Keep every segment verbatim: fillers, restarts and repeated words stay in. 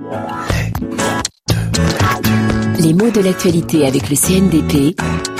Les mots de l'actualité avec le C N D P.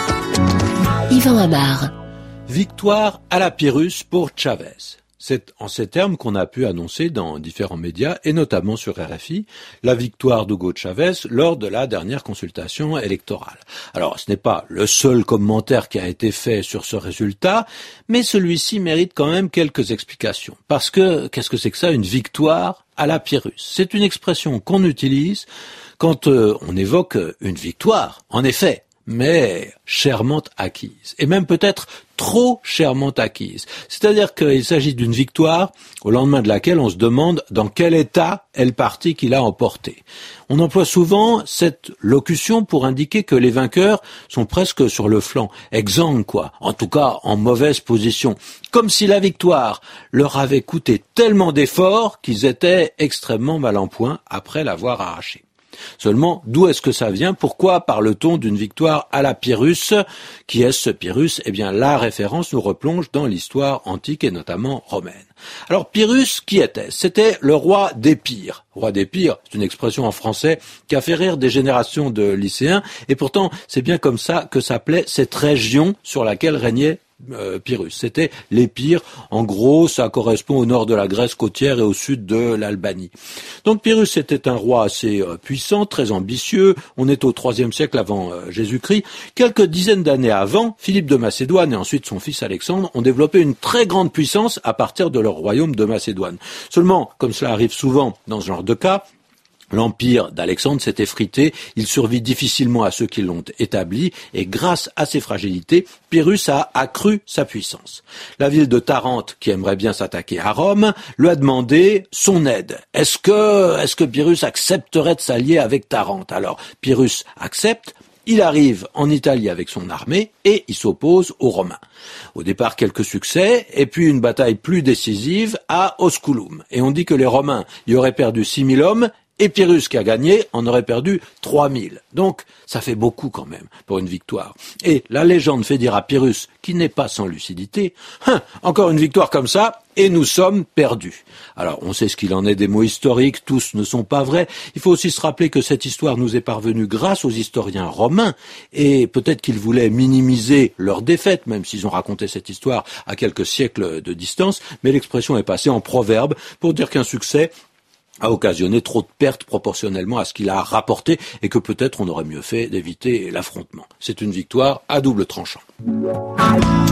Yvan Amar. Victoire à la Pyrrhus pour Chavez. C'est en ces termes qu'on a pu annoncer dans différents médias, et notamment sur R F I, la victoire d'Hugo Chavez lors de la dernière consultation électorale. Alors, ce n'est pas le seul commentaire qui a été fait sur ce résultat, mais celui-ci mérite quand même quelques explications. Parce que, qu'est-ce que c'est que ça, une victoire à la Pyrrhus? C'est une expression qu'on utilise quand euh, on évoque une victoire, en effet, mais chèrement acquise, et même peut-être trop chèrement acquise. C'est-à-dire qu'il s'agit d'une victoire au lendemain de laquelle on se demande dans quel état est le parti qui l'a emporté. On emploie souvent cette locution pour indiquer que les vainqueurs sont presque sur le flanc, exsangues quoi, en tout cas en mauvaise position, comme si la victoire leur avait coûté tellement d'efforts qu'ils étaient extrêmement mal en point après l'avoir arrachée. Seulement, d'où est-ce que ça vient? Pourquoi parle-t-on d'une victoire à la Pyrrhus? Qui est ce Pyrrhus? Eh bien, la référence nous replonge dans l'histoire antique et notamment romaine. Alors, Pyrrhus, qui était? C'était le roi d'Épire. Roi d'Épire, c'est une expression en français qui a fait rire des générations de lycéens, et pourtant, c'est bien comme ça que s'appelait cette région sur laquelle régnait Euh, Pyrrhus. C'était l'Épire. En gros, ça correspond au nord de la Grèce côtière et au sud de l'Albanie. Donc Pyrrhus était un roi assez euh, puissant, très ambitieux. On est au troisième siècle avant euh, Jésus-Christ. Quelques dizaines d'années avant, Philippe de Macédoine et ensuite son fils Alexandre ont développé une très grande puissance à partir de leur royaume de Macédoine. Seulement, comme cela arrive souvent dans ce genre de cas, l'empire d'Alexandre s'est effrité, il survit difficilement à ceux qui l'ont établi, et grâce à ses fragilités, Pyrrhus a accru sa puissance. La ville de Tarente, qui aimerait bien s'attaquer à Rome, lui a demandé son aide. Est-ce que, est-ce que Pyrrhus accepterait de s'allier avec Tarente? Alors, Pyrrhus accepte. Il arrive en Italie avec son armée et il s'oppose aux Romains. Au départ, quelques succès, et puis une bataille plus décisive à Osculum. Et on dit que les Romains y auraient perdu six mille hommes, et Pyrrhus, qui a gagné, en aurait perdu trois mille. Donc, ça fait beaucoup quand même pour une victoire. Et la légende fait dire à Pyrrhus, qui n'est pas sans lucidité, hein, encore une victoire comme ça, et nous sommes perdus. Alors, on sait ce qu'il en est des mots historiques, tous ne sont pas vrais. Il faut aussi se rappeler que cette histoire nous est parvenue grâce aux historiens romains, et peut-être qu'ils voulaient minimiser leur défaite, même s'ils ont raconté cette histoire à quelques siècles de distance, mais l'expression est passée en proverbe pour dire qu'un succès a occasionné trop de pertes proportionnellement à ce qu'il a rapporté et que peut-être on aurait mieux fait d'éviter l'affrontement. C'est une victoire à double tranchant.